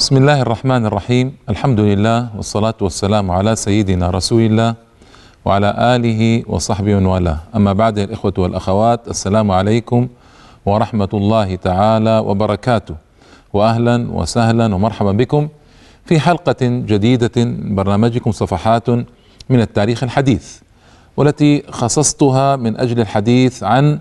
بسم الله الرحمن الرحيم. الحمد لله والصلاة والسلام على سيدنا رسول الله وعلى آله وصحبه ومن والاه. أما بعد، الإخوة والأخوات، السلام عليكم ورحمة الله تعالى وبركاته، وأهلا وسهلا ومرحبا بكم في حلقة جديدة من برنامجكم صفحات من التاريخ الحديث، والتي خصصتها من أجل الحديث عن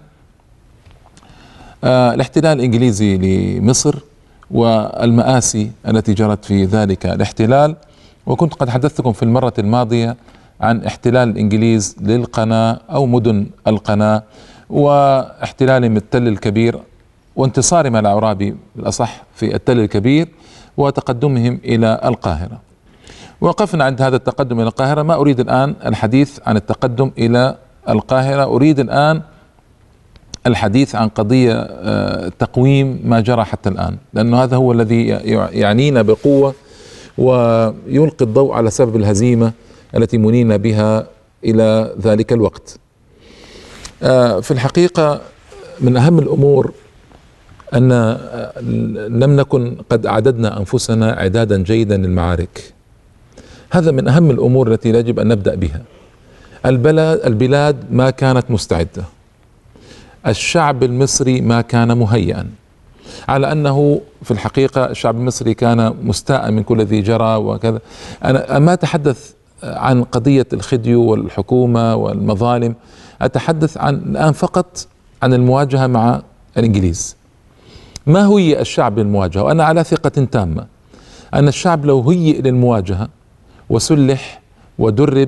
الاحتلال الإنجليزي لمصر والمآسي التي جرت في ذلك الاحتلال. وكنت قد حدثتكم في المرة الماضية عن احتلال الإنجليز للقناة أو مدن القناة، واحتلالهم التل الكبير، وانتصارهم على الأعرابي بالأصح في التل الكبير، وتقدمهم إلى القاهرة. وقفنا عند هذا التقدم إلى القاهرة. ما أريد الآن الحديث عن التقدم إلى القاهرة، أريد الآن الحديث عن قضية تقويم ما جرى حتى الآن، لأنه هذا هو الذي يعنينا بقوة ويلقي الضوء على سبب الهزيمة التي منينا بها إلى ذلك الوقت. في الحقيقة من أهم الأمور أن لم نكن قد أعددنا أنفسنا إعدادا جيدا للمعارك. هذا من أهم الأمور التي يجب أن نبدأ بها. البلاد ما كانت مستعدة، الشعب المصري ما كان مهيئا، على أنه في الحقيقة الشعب المصري كان مستاء من كل ذي جرى وكذا. أنا ما أتحدث عن قضية الخديو والحكومة والمظالم، أتحدث عن الآن فقط عن المواجهة مع الإنجليز. ما هي الشعب للمواجهة؟ وأنا على ثقة تامة أن الشعب لو هيئ للمواجهة وسلح ودرب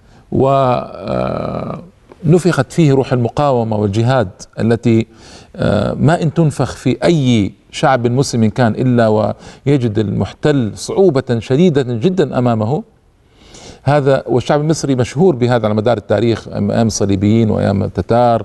ونفخت فيه روح المقاومة والجهاد التي ما إن تنفخ في أي شعب مسلم كان إلا ويجد المحتل صعوبة شديدة جدا أمامه. هذا والشعب المصري مشهور بهذا على مدار التاريخ، أيام الصليبيين وأيام التتار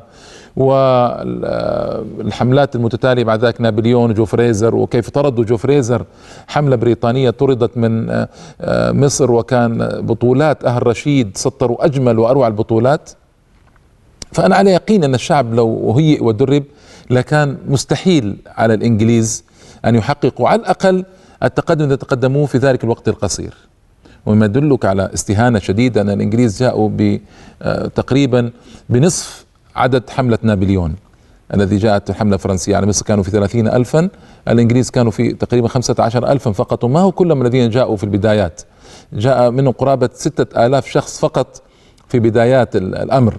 والحملات المتتالية بعد ذلك، نابليون وجو فريزر، وكيف طردوا جو فريزر، حملة بريطانية طردت من مصر، وكان بطولات أهل رشيد سطروا أجمل وأروع البطولات. فأنا على يقين أن الشعب لو هيئ ودرب لكان مستحيل على الإنجليز أن يحققوا على الأقل التقدم الذي تقدموه في ذلك الوقت القصير. وما يدلك على استهانة شديدة أن الإنجليز جاءوا تقريبا بنصف عدد حملة نابليون الذي جاءت الحملة الفرنسية على مصر، كانوا في 30,000، الإنجليز كانوا في تقريبا 15,000 فقط. وما هو كلهم الذين جاءوا في البدايات، جاء منهم قرابة 6,000 شخص فقط في بدايات الأمر،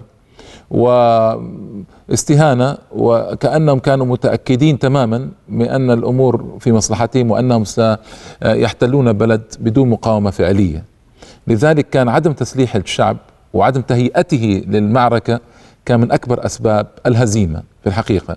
واستهانة، وكأنهم كانوا متأكدين تماما من أن الأمور في مصلحتهم وأنهم سيحتلون بلد بدون مقاومة فعلية. لذلك كان عدم تسليح الشعب وعدم تهيئته للمعركة كان من أكبر أسباب الهزيمة في الحقيقة.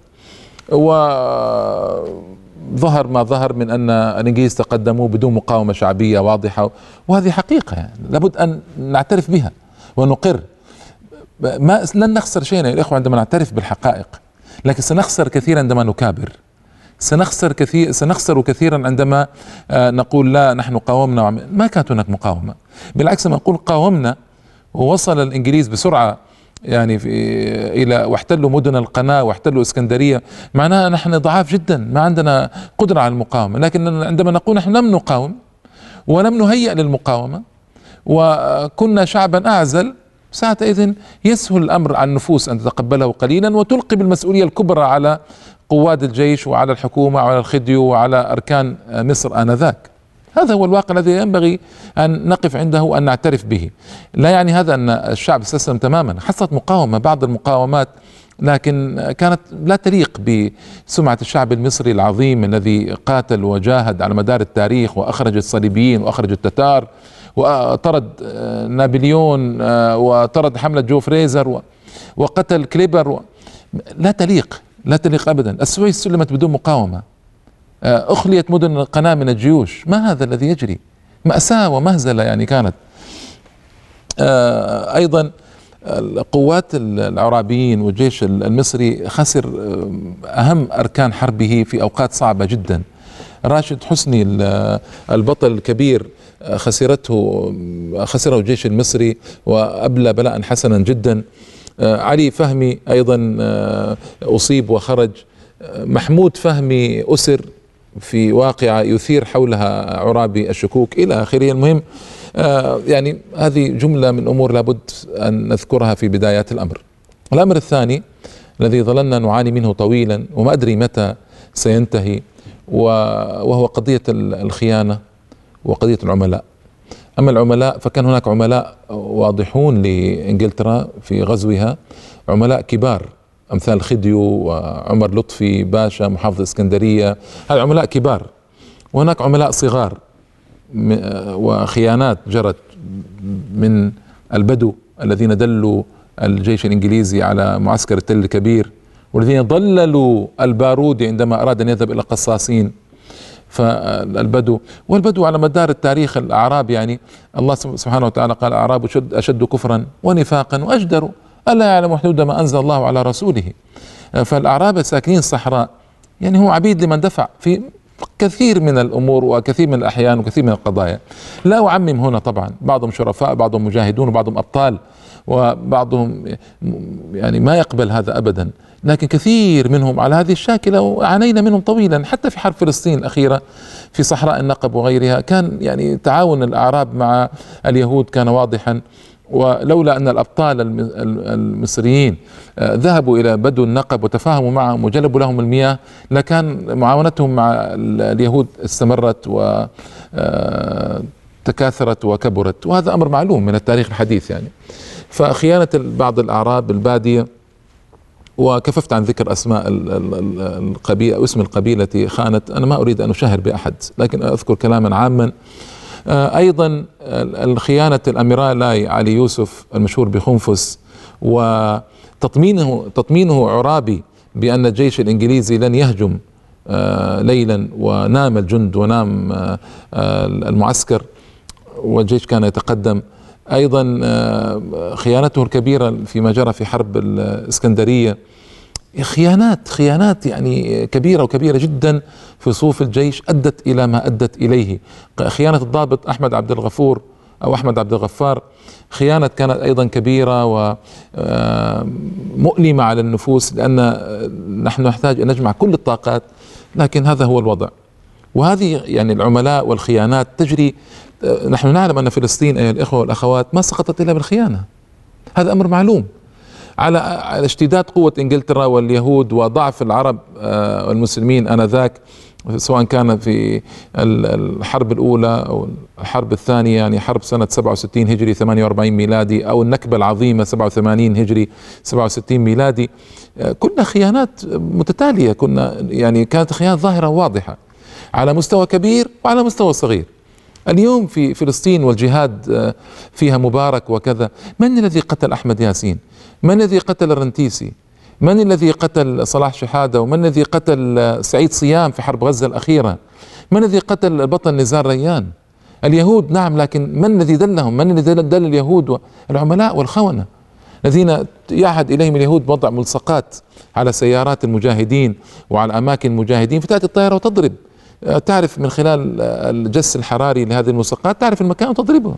وظهر ما ظهر من أن الإنجليز تقدموا بدون مقاومة شعبية واضحة، وهذه حقيقة يعني لابد أن نعترف بها ونقر. لن نخسر شيئا يا الإخوة عندما نعترف بالحقائق، لكن سنخسر كثيرا عندما نكابر، سنخسر كثيرا عندما نقول لا نحن قاومنا. ما كانت هناك مقاومة، بالعكس، ما نقول قاومنا ووصل الإنجليز بسرعة يعني إلى واحتلوا مدن القناة واحتلوا اسكندرية، معناها نحن ضعاف جدا ما عندنا قدرة على المقاومة. لكن عندما نقول نحن لم نقاوم ولم نهيئ للمقاومة وكنا شعبا أعزل، ساعتئذ يسهل الأمر على النفوس أن تتقبله قليلا وتلقي بالمسؤولية الكبرى على قواد الجيش وعلى الحكومة وعلى الخديو وعلى أركان مصر آنذاك. هذا هو الواقع الذي ينبغي أن نقف عنده وأن نعترف به. لا يعني هذا أن الشعب استسلم تماما، حصلت مقاومة، بعض المقاومات، لكن كانت لا تليق بسمعة الشعب المصري العظيم الذي قاتل وجاهد على مدار التاريخ وأخرج الصليبيين وأخرج التتار وطرد نابليون وطرد حملة جو فريزر وقتل كليبر. لا تليق أبدا. السويس سلمت بدون مقاومة، أخليت مدن القناة من الجيوش. ما هذا الذي يجري؟ مأساة ومهزلة يعني كانت. أيضا القوات العرابيين والجيش المصري خسر أهم أركان حربه في أوقات صعبة جدا. راشد حسني البطل الكبير خسره الجيش المصري وأبلى بلاء حسنا جدا. علي فهمي أيضا أصيب وخرج. محمود فهمي أسر في واقعة يثير حولها عرابي الشكوك إلى آخره. المهم يعني هذه جملة من أمور لابد أن نذكرها في بدايات الأمر. الأمر الثاني الذي ظللنا نعاني منه طويلا وما أدري متى سينتهي، وهو قضية الخيانة وقضية العملاء. أما العملاء فكان هناك عملاء واضحون لإنجلترا في غزوها، عملاء كبار أمثال خديو وعمر لطفي باشا محافظ اسكندرية، هذا عملاء كبار. وهناك عملاء صغار وخيانات جرت من البدو الذين دلوا الجيش الإنجليزي على معسكر التل الكبير، والذين ضللوا البارودي عندما أراد أن يذهب إلى قصاصين. فالبدو والبدو على مدار التاريخ الأعراب، يعني الله سبحانه وتعالى قال الأعراب أشد كفرا ونفاقا وأجدر ألا يعلم حدود ما أنزل الله على رسوله. فالأعراب الساكنين الصحراء يعني هو عبيد لمن دفع في كثير من الأمور وكثير من الأحيان وكثير من القضايا. لا أعمم هنا طبعا، بعضهم شرفاء، بعضهم مجاهدون، وبعضهم أبطال، وبعضهم يعني ما يقبل هذا أبدا، لكن كثير منهم على هذه الشاكلة وعانينا منهم طويلا. حتى في حرب فلسطين الأخيرة في صحراء النقب وغيرها كان يعني تعاون الأعراب مع اليهود كان واضحا، ولولا أن الأبطال المصريين ذهبوا إلى بدو النقب وتفاهموا معهم وجلبوا لهم المياه لكان معاونتهم مع اليهود استمرت وتكاثرت وكبرت، وهذا أمر معلوم من التاريخ الحديث يعني. فخيانة بعض الأعراب البادية، وكففت عن ذكر أسماء القبيلة أو اسم القبيلة التي خانت، أنا ما أريد أن أشهر بأحد لكن أذكر كلاما عاما. أيضا الخيانة الأميرالاي علي يوسف المشهور بخنفس، وتطمينه عرابي بأن الجيش الإنجليزي لن يهجم ليلا، ونام الجند ونام المعسكر والجيش كان يتقدم. أيضا خيانته الكبيرة فيما جرى في حرب الإسكندرية، خيانات يعني كبيرة وكبيرة جدا في صفوف الجيش أدت إلى ما أدت إليه. خيانة الضابط أحمد عبد الغفور أو أحمد عبد الغفار، خيانة كانت أيضا كبيرة ومؤلمة على النفوس، لأن نحن نحتاج أن نجمع كل الطاقات، لكن هذا هو الوضع. وهذه يعني العملاء والخيانات تجري. نحن نعلم أن فلسطين أيها الإخوة والأخوات ما سقطت إلا بالخيانة، هذا أمر معلوم. على اشتداد قوة إنجلترا واليهود وضعف العرب والمسلمين آنذاك، سواء كان في الحرب الأولى أو الحرب الثانية، يعني حرب سنة 67 هجري 48 ميلادي، أو النكبة العظيمة 87 هجري 67 ميلادي، كلها خيانات متتالية. يعني كانت خيانات ظاهرة واضحة على مستوى كبير وعلى مستوى صغير. اليوم في فلسطين والجهاد فيها مبارك وكذا، من الذي قتل أحمد ياسين؟ من الذي قتل الرنتيسي؟ من الذي قتل صلاح شحادة؟ ومن الذي قتل سعيد صيام في حرب غزة الأخيرة؟ من الذي قتل البطل نزار ريان؟ اليهود نعم، لكن من الذي دلهم؟ من الذي دل اليهود؟ العملاء والخونة الذين يعهد إليهم اليهود بوضع ملصقات على سيارات المجاهدين وعلى أماكن المجاهدين، فتأتي الطائرة وتضرب، تعرف من خلال الجس الحراري لهذه الملصقات تعرف المكان وتضربها.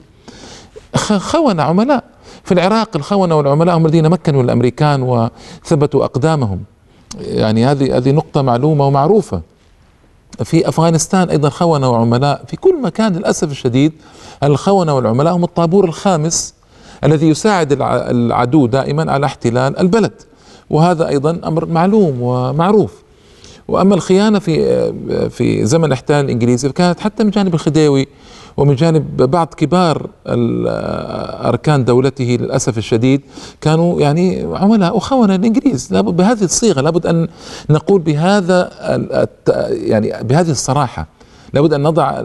خونة عملاء. في العراق الخونة والعملاء هم الذين مكنوا الأمريكان وثبتوا أقدامهم، يعني هذه نقطة معلومة ومعروفة. في أفغانستان أيضا خونة وعملاء، في كل مكان للأسف الشديد. الخونة والعملاء هم الطابور الخامس الذي يساعد العدو دائما على احتلال البلد، وهذا أيضا أمر معلوم ومعروف. وأما الخيانة في زمن الاحتلال الإنجليزي فكانت حتى من جانب الخديوي ومن جانب بعض كبار أركان دولته للأسف الشديد، كانوا يعني عملاء وخونة الإنجليز. لابد بهذه الصيغة، لابد أن نقول بهذا يعني بهذه الصراحة، لابد أن نضع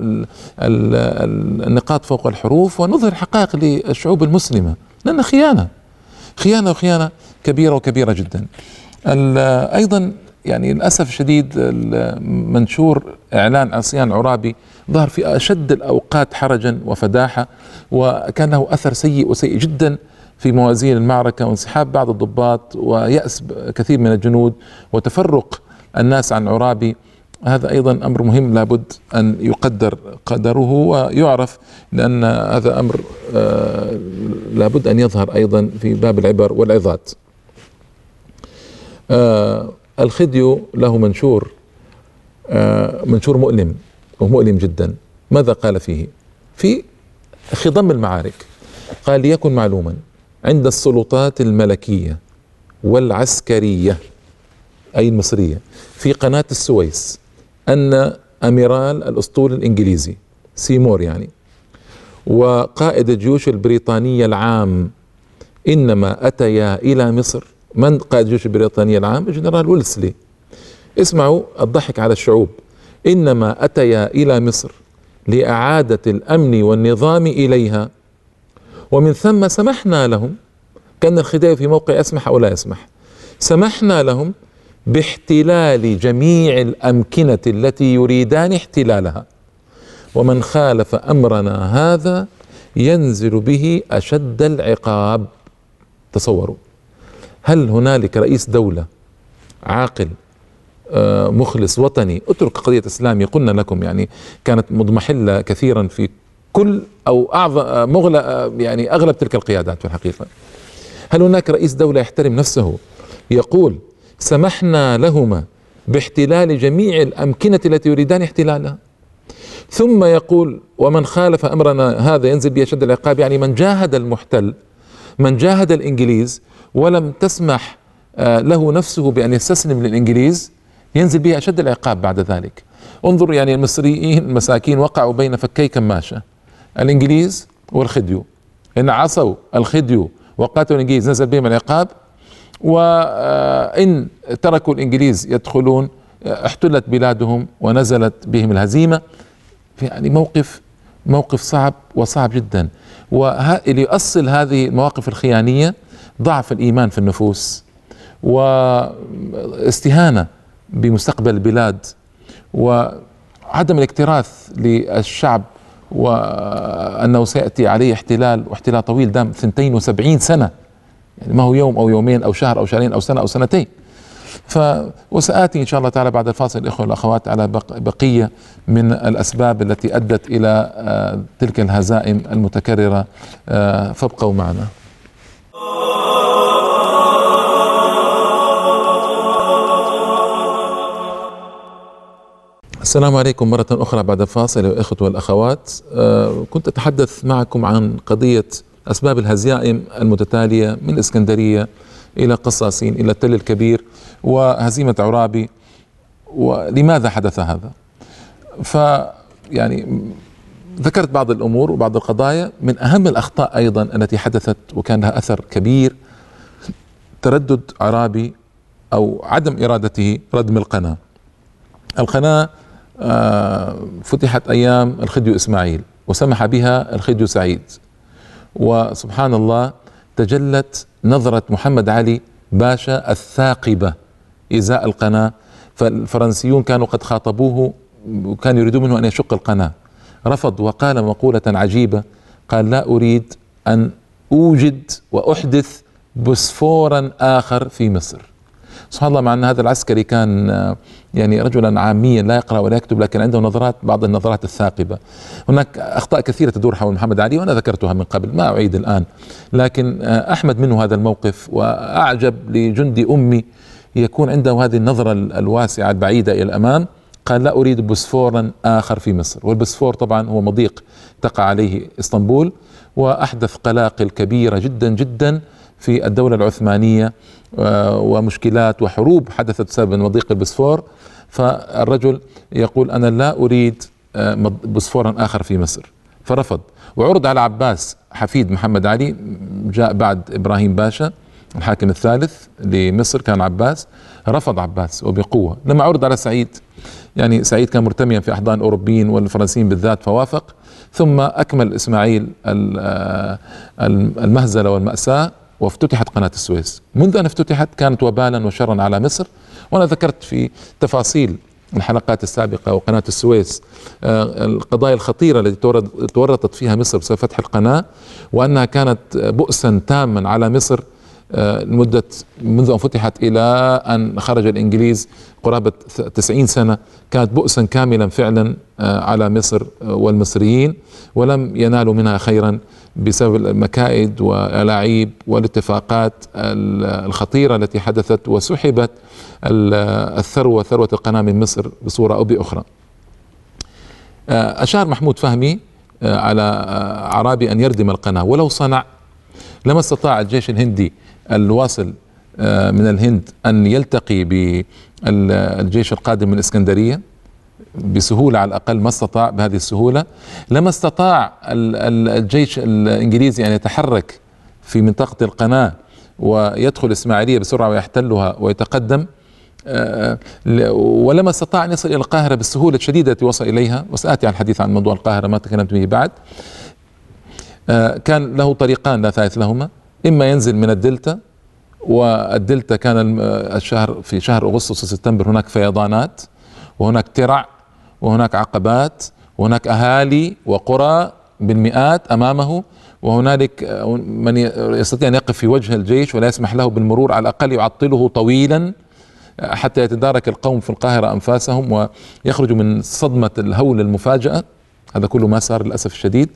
النقاط فوق الحروف ونظهر الحقائق للشعوب المسلمة، لأن خيانة وخيانة كبيرة وكبيرة جدا. أيضا يعني للأسف الشديد منشور إعلان عصيان عرابي ظهر في أشد الأوقات حرجا وفداحة، وكان له أثر سيء وسيء جدا في موازين المعركة، وانسحاب بعض الضباط ويأس كثير من الجنود وتفرق الناس عن عرابي. هذا أيضا أمر مهم لابد أن يقدر قدره ويعرف، لأن هذا أمر لابد أن يظهر أيضا في باب العبر والعظات. الخديو له منشور منشور مؤلم ومؤلم جدا. ماذا قال فيه؟ في خضم المعارك قال: ليكن معلوما عند السلطات الملكية والعسكرية أي المصرية في قناة السويس أن أميرال الأسطول الإنجليزي سيمور يعني وقائد الجيوش البريطانية العام إنما أتيا إلى مصر. من قائد الجيوش البريطانية العام؟ الجنرال ويلسلي. اسمعوا الضحك على الشعوب. إنما أتيا إلى مصر لإعادة الأمن والنظام إليها، ومن ثم سمحنا لهم. كان الخديوي في موقع يسمح أو لا يسمح. سمحنا لهم باحتلال جميع الأمكنة التي يريدان احتلالها، ومن خالف أمرنا هذا ينزل به أشد العقاب. تصوروا، هل هنالك رئيس دولة عاقل مخلص وطني، اترك قضية إسلامي، قلنا لكم يعني كانت مضمحلة كثيرا في كل أو أعظم يعني أغلب تلك القيادات في الحقيقة. هل هناك رئيس دولة يحترم نفسه يقول سمحنا لهما باحتلال جميع الأمكنة التي يريدان احتلالها، ثم يقول ومن خالف أمرنا هذا ينزل بأشد العقاب؟ يعني من جاهد المحتل، من جاهد الإنجليز ولم تسمح له نفسه بأن يستسلم للإنجليز ينزل به أشد العقاب بعد ذلك. انظر يعني المصريين المساكين وقعوا بين فكي كماشة، الإنجليز والخديو، إن عصوا الخديو وقاتلوا الإنجليز نزل بهم العقاب، وإن تركوا الإنجليز يدخلون احتلت بلادهم ونزلت بهم الهزيمة. يعني موقف صعب وصعب جدا. وليؤصل هذه المواقف الخيانية ضعف الإيمان في النفوس واستهانة بمستقبل البلاد وعدم الاكتراث للشعب، وأنه سيأتي عليه احتلال، واحتلال طويل دام 72 سنة، يعني ما هو يوم أو يومين أو شهر أو شهرين أو سنة أو سنتين. وسآتي إن شاء الله تعالى بعد الفاصل الإخوة والأخوات على بقية من الأسباب التي أدت إلى تلك الهزائم المتكررة، فابقوا معنا. السلام عليكم مرة أخرى بعد الفاصل يا إخوة والأخوات. كنت أتحدث معكم عن قضية أسباب الهزائم المتتالية من الإسكندرية إلى قصاصين إلى التل الكبير وهزيمة عرابي، ولماذا حدث هذا. فيعني ذكرت بعض الأمور وبعض القضايا. من أهم الأخطاء أيضا التي حدثت وكان لها أثر كبير تردد عرابي أو عدم إرادته ردم القناة. القناة فتحت أيام الخديو إسماعيل وسمح بها الخديو سعيد، وسبحان الله تجلت نظرة محمد علي باشا الثاقبة إزاء القناة. فالفرنسيون كانوا قد خاطبوه وكانوا يريدون منه أن يشق القناة، رفض وقال مقولة عجيبة، قال لا أريد أن أوجد وأحدث بوسفورا آخر في مصر. سبحان الله، مع أن هذا العسكري كان يعني رجلا عاميا لا يقرأ ولا يكتب، لكن عنده نظرات، بعض النظرات الثاقبة. هناك أخطاء كثيرة تدور حول محمد علي وأنا ذكرتها من قبل، ما أعيد الآن، لكن أحمد منه هذا الموقف، وأعجب لجندي أمي يكون عنده هذه النظرة الواسعة البعيدة إلى الأمام. قال لا أريد بوسفورا آخر في مصر. والبوسفور طبعا هو مضيق تقع عليه إسطنبول، وأحدث قلاقل كبيرة جدا جدا في الدولة العثمانية، ومشكلات وحروب حدثت بسبب مضيق البوسفور. فالرجل يقول أنا لا أريد بوسفورا آخر في مصر، فرفض. وعرض على عباس حفيد محمد علي، جاء بعد إبراهيم باشا الحاكم الثالث لمصر كان عباس، رفض عباس وبقوة. لما عرض على سعيد، يعني سعيد كان مرتميا في أحضان الأوروبيين والفرنسيين بالذات فوافق. ثم أكمل إسماعيل المهزلة والمأساة وافتتحت قناة السويس. منذ أن افتتحت كانت وبالا وشرا على مصر. وأنا ذكرت في تفاصيل الحلقات السابقة وقناة السويس القضايا الخطيرة التي تورطت فيها مصر بسبب فتح القناة، وأنها كانت بؤسا تاما على مصر لمدة منذ أن فتحت إلى أن خرج الإنجليز قرابة 90 سنة، كانت بؤسا كاملا فعلا على مصر والمصريين، ولم ينالوا منها خيرا بسبب المكائد والألاعيب والاتفاقات الخطيرة التي حدثت، وسحبت ثروة القناة من مصر بصورة أو بأخرى. أشار محمود فهمي على عرابي أن يردم القناة، ولو صنع لما استطاع الجيش الهندي الواصل من الهند أن يلتقي بالجيش القادم من الإسكندرية بسهولة، على الأقل ما استطاع بهذه السهولة. لما استطاع الجيش الإنجليزي أن يتحرك في منطقة القناة ويدخل الإسماعيلية بسرعة ويحتلها ويتقدم، ولما استطاع أن يصل إلى القاهرة بالسهولة الشديدة التي وصل إليها، وسآتي عن الحديث عن موضوع القاهرة ما تكلمت به بعد. كان له طريقان لا ثالث لهما: إما ينزل من الدلتا، والدلتا كان في شهر أغسطس وسبتمبر هناك فيضانات وهناك ترع وهناك عقبات وهناك أهالي وقرى بالمئات أمامه، وهنالك من يستطيع أن يقف في وجه الجيش ولا يسمح له بالمرور، على الأقل يعطله طويلا حتى يتدارك القوم في القاهرة أنفاسهم ويخرجوا من صدمة الهول المفاجأة. هذا كله ما صار للأسف الشديد.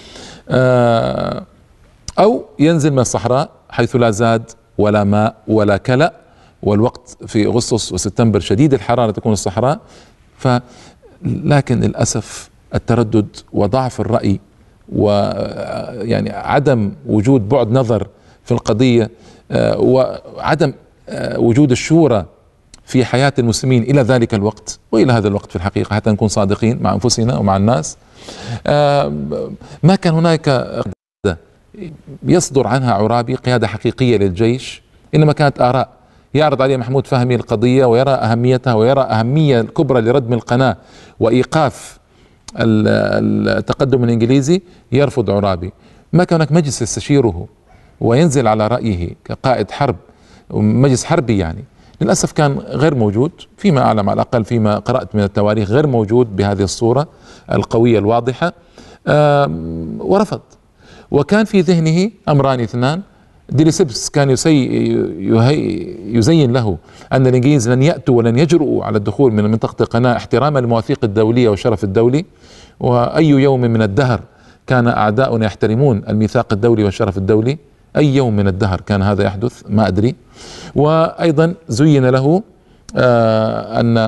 أو ينزل من الصحراء حيث لا زاد ولا ماء ولا كلأ، والوقت في أغسطس وسبتمبر شديد الحرارة تكون الصحراء. لكن للأسف التردد وضعف الرأي ويعني عدم وجود بعد نظر في القضية وعدم وجود الشورى في حياة المسلمين إلى ذلك الوقت وإلى هذا الوقت في الحقيقة، حتى نكون صادقين مع أنفسنا ومع الناس، ما كان هناك يصدر عنها عرابي قيادة حقيقية للجيش، إنما كانت آراء يعرض عليه محمود فهمي القضية ويرى أهميتها ويرى أهمية الكبرى لردم القناة وإيقاف التقدم الإنجليزي، يرفض عرابي. ما كان هناك مجلس يستشيره وينزل على رأيه كقائد حرب، مجلس حربي يعني. للأسف كان غير موجود، فيما أعلم على الأقل فيما قرأت من التواريخ، غير موجود بهذه الصورة القوية الواضحة، ورفض. وكان في ذهنه أمران اثنان: ديليسيبس كان يزين له أن الإنجليز لن يأتوا ولن يجرؤوا على الدخول من منطقة القناة احتراما للمواثيق الدولية والشرف الدولي، وأي يوم من الدهر كان أعداؤنا يحترمون الميثاق الدولي والشرف الدولي، أي يوم من الدهر كان هذا يحدث ما أدري. وأيضا زين له أن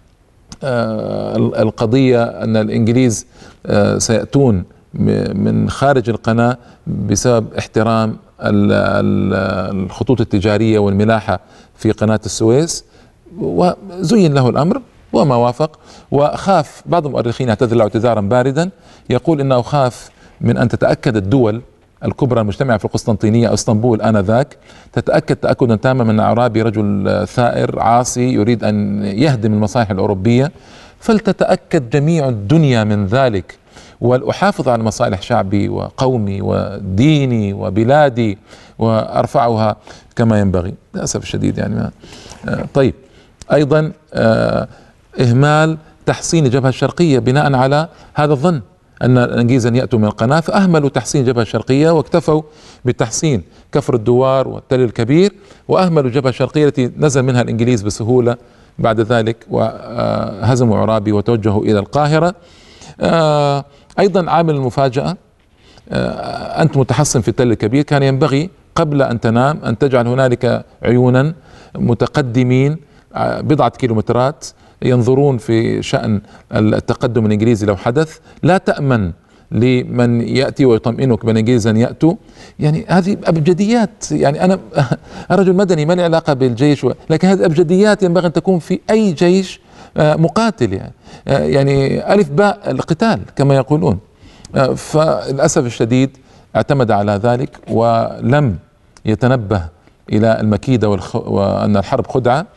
القضية أن الإنجليز سيأتون من خارج القناة بسبب احترام الخطوط التجارية والملاحة في قناة السويس، وزين له الأمر وما وافق. وخاف بعض المؤرخين، يعتذر له اعتذارا باردا، يقول إنه خاف من أن تتأكد الدول الكبرى المجتمعة في القسطنطينية أو اسطنبول آنذاك تتأكد تأكدا تاما من عرابي رجل ثائر عاصي يريد أن يهدم المصالح الأوروبية، فلتتأكد جميع الدنيا من ذلك، وأحافظ على مصالح شعبي وقومي وديني وبلادي وأرفعها كما ينبغي. للأسف الشديد يعني طيب، أيضا إهمال تحصين الجبهة الشرقية بناء على هذا الظن أن الإنجليز أن يأتوا من القناة، فأهملوا تحصين الجبهة الشرقية واكتفوا بتحصين كفر الدوار والتل الكبير، وأهملوا الجبهة الشرقية التي نزل منها الإنجليز بسهولة بعد ذلك وهزموا عرابي وتوجهوا إلى القاهرة. أيضا عامل المفاجأة: أنت متحصن في التل الكبير، كان ينبغي قبل أن تنام أن تجعل هنالك عيونا متقدمين بضعة كيلومترات ينظرون في شأن التقدم الإنجليزي لو حدث، لا تأمن لمن يأتي ويطمئنك بأن الإنجليز أن يأتوا. يعني هذه أبجديات، يعني أنا رجل مدني ما لي علاقة بالجيش، لكن هذه أبجديات ينبغي أن تكون في أي جيش مقاتل، يعني ألف باء القتال كما يقولون. فللأسف الشديد اعتمد على ذلك ولم يتنبه إلى المكيدة وأن الحرب خدعة،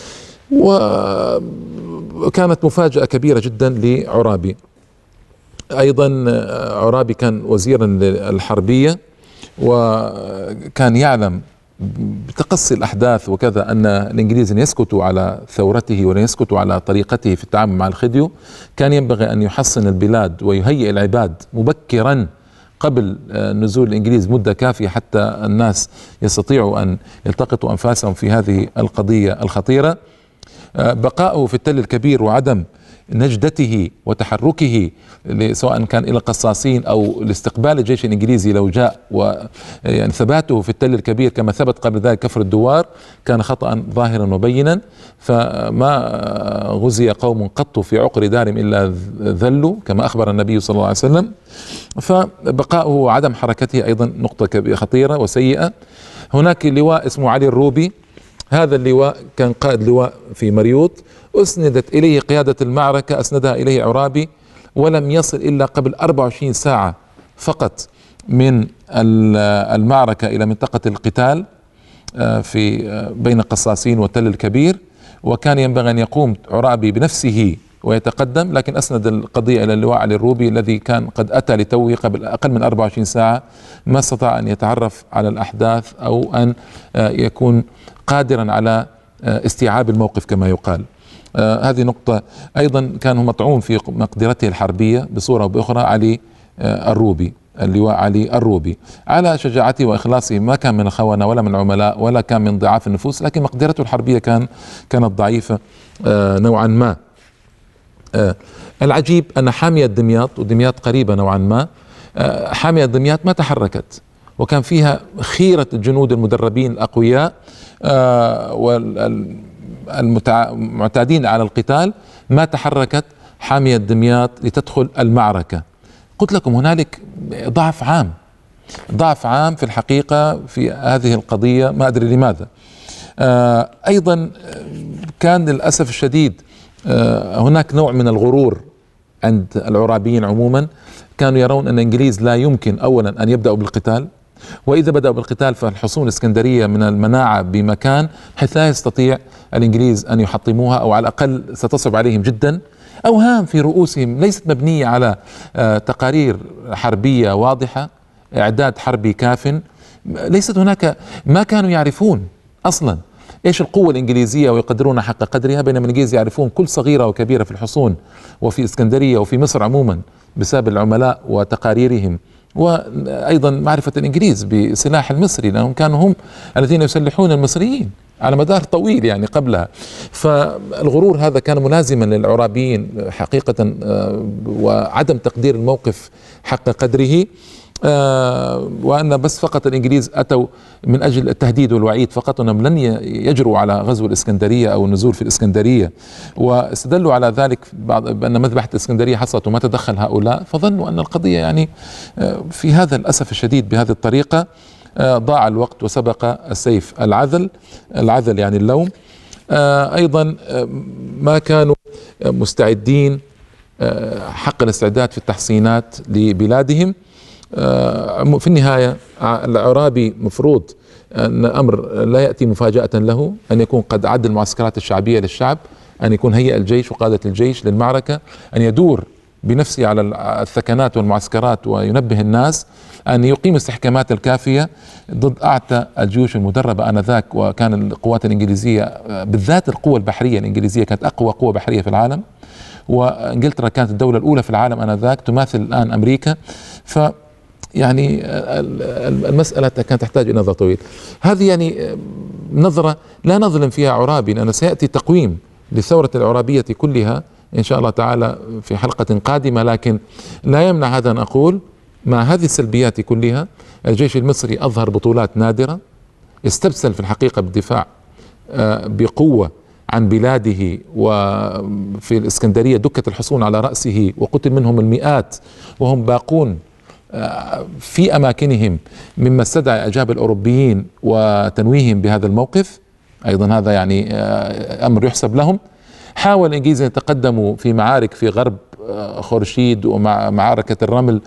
وكانت مفاجأة كبيرة جدا لعرابي. أيضا عرابي كان وزيرا للحربية، وكان يعلم بتقصي الأحداث وكذا أن الإنجليز يسكتوا على ثورته ولن يسكتوا على طريقته في التعامل مع الخديو. كان ينبغي أن يحصن البلاد ويهيئ العباد مبكرا قبل نزول الإنجليز مدة كافية حتى الناس يستطيعوا أن يلتقطوا أنفاسهم في هذه القضية الخطيرة. بقاؤه في التل الكبير وعدم نجدته وتحركه سواء كان إلى القصاصين أو لاستقبال الجيش الإنجليزي لو جاء، ويعني ثباته في التل الكبير كما ثبت قبل ذلك كفر الدوار كان خطأ ظاهرا وبينا. فما غزي قوم قط في عقر دارهم إلا ذلوا كما أخبر النبي صلى الله عليه وسلم. فبقاؤه وعدم حركته أيضا نقطة خطيرة وسيئة. هناك لواء اسمه علي الروبي، هذا اللواء كان قائد لواء في مريوط، أسندت إليه قيادة المعركة، أسندها إليه عرابي، ولم يصل إلا قبل 24 ساعة فقط من المعركة إلى منطقة القتال في بين القصاصين والتل الكبير. وكان ينبغي أن يقوم عرابي بنفسه ويتقدم، لكن أسند القضية إلى اللواء علي الروبي الذي كان قد أتى لتوه قبل أقل من 24 ساعة، ما استطاع أن يتعرف على الأحداث أو أن يكون قادرا على استيعاب الموقف كما يقال. هذه نقطة. أيضا كان مطعون في مقدرته الحربية بصورة أو بأخرى علي الروبي، اللواء علي الروبي، على شجاعته وإخلاصه، ما كان من الخونة ولا من العملاء ولا كان من ضعاف النفوس، لكن مقدرته الحربية كانت ضعيفة نوعا ما. العجيب أن حامية دمياط، ودمياط قريبة نوعا ما، حامية دمياط ما تحركت، وكان فيها خيرة الجنود المدربين الأقوياء والمعتادين على القتال، ما تحركت حامية دمياط لتدخل المعركة. قلت لكم هنالك ضعف عام في الحقيقة في هذه القضية، ما أدري لماذا. أيضا كان للأسف الشديد هناك نوع من الغرور عند العرابيين عموما، كانوا يرون أن الإنجليز لا يمكن أولا أن يبدأوا بالقتال، وإذا بدأوا بالقتال فالحصون الإسكندرية من المناعة بمكان حيث لا يستطيع الإنجليز أن يحطموها، أو على الأقل ستصعب عليهم جدا. أوهام في رؤوسهم ليست مبنية على تقارير حربية واضحة، إعداد حربي كاف، ليست هناك، ما كانوا يعرفون أصلا ايش القوة الإنجليزية ويقدرون حق قدرها، بينما الإنجليز يعرفون كل صغيرة وكبيرة في الحصون وفي اسكندرية وفي مصر عموما بسبب العملاء وتقاريرهم، وأيضا معرفة الإنجليز بسلاح المصري لأنهم كانوا هم الذين يسلحون المصريين على مدار طويل يعني قبلها. فالغرور هذا كان ملازما للعرابيين حقيقة، وعدم تقدير الموقف حق قدره، وأن بس فقط الإنجليز أتوا من أجل التهديد والوعيد فقط، أنهم لن يجروا على غزو الإسكندرية أو النزول في الإسكندرية، واستدلوا على ذلك بأن مذبحة الإسكندرية حصلت وما تدخل هؤلاء، فظنوا أن القضية يعني في هذا الأسف الشديد بهذه الطريقة ضاع الوقت وسبق السيف العذل يعني اللوم. أيضا ما كانوا مستعدين حق الاستعداد في التحصينات لبلادهم. في النهاية العرابي مفروض أن أمر لا يأتي مفاجأة له، أن يكون قد أعد المعسكرات الشعبية للشعب، أن يكون هيئ الجيش وقادة الجيش للمعركة، أن يدور بنفسه على الثكنات والمعسكرات وينبه الناس، أن يقيم الاستحكامات الكافية ضد أعتى الجيوش المدربة آنذاك. وكان القوات الإنجليزية بالذات القوة البحرية الإنجليزية كانت أقوى قوة بحرية في العالم، وإنجلترا كانت الدولة الأولى في العالم آنذاك تماثل الآن أمريكا. ف يعني المسألة كانت تحتاج إلى نظر طويل. هذه يعني نظرة لا نظلم فيها عرابي، لأن سيأتي تقويم للثورة العرابية كلها إن شاء الله تعالى في حلقة قادمة، لكن لا يمنع هذا أن أقول مع هذه السلبيات كلها الجيش المصري أظهر بطولات نادرة، استبسل في الحقيقة بالدفاع بقوة عن بلاده، وفي الإسكندرية دكت الحصون على رأسه وقتل منهم المئات وهم باقون في أماكنهم، مما استدعى إعجاب الأوروبيين وتنويههم بهذا الموقف. أيضا هذا يعني أمر يحسب لهم. حاول الإنجليز أن يتقدموا في معارك في غرب خورشيد ومعركة الرمل،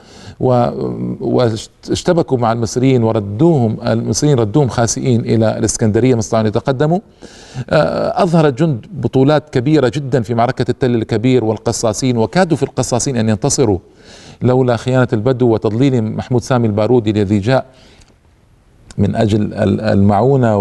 واشتبكوا مع المصريين وردوهم، المصريين ردوهم خاسئين إلى الإسكندرية، ما استطاعوا أن يتقدموا. أظهر الجند بطولات كبيرة جدا في معركة التل الكبير والقصاصين، وكادوا في القصاصين أن ينتصروا لولا خيانة البدو وتضليل محمود سامي البارودي الذي جاء من أجل المعونة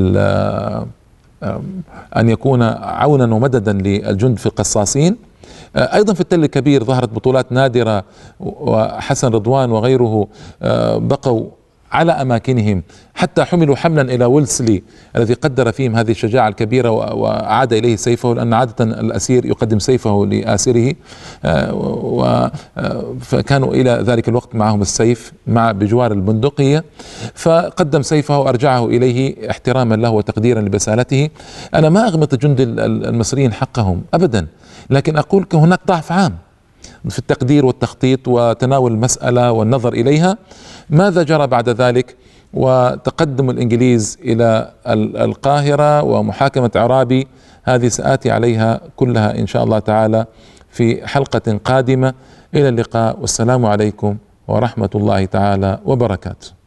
أن يكون عونا ومددا للجند في القصاصين. أيضا في التل الكبير ظهرت بطولات نادرة، وحسن رضوان وغيره بقوا على أماكنهم، حتى حملوا حملا إلى ويلسلي الذي قدر فيهم هذه الشجاعة الكبيرة وأعاد إليه سيفه، لأن عادة الأسير يقدم سيفه لآسره، فكانوا إلى ذلك الوقت معهم السيف بجوار البندقية، فقدم سيفه وأرجعه إليه احتراما له وتقديرا لبسالته. أنا ما أغمط جند المصريين حقهم أبدا، لكن أقول هناك ضعف عام في التقدير والتخطيط وتناول المسألة والنظر إليها. ماذا جرى بعد ذلك؟ وتقدم الإنجليز إلى القاهرة ومحاكمة عرابي، هذه سآتي عليها كلها إن شاء الله تعالى في حلقة قادمة. إلى اللقاء، والسلام عليكم ورحمة الله تعالى وبركاته.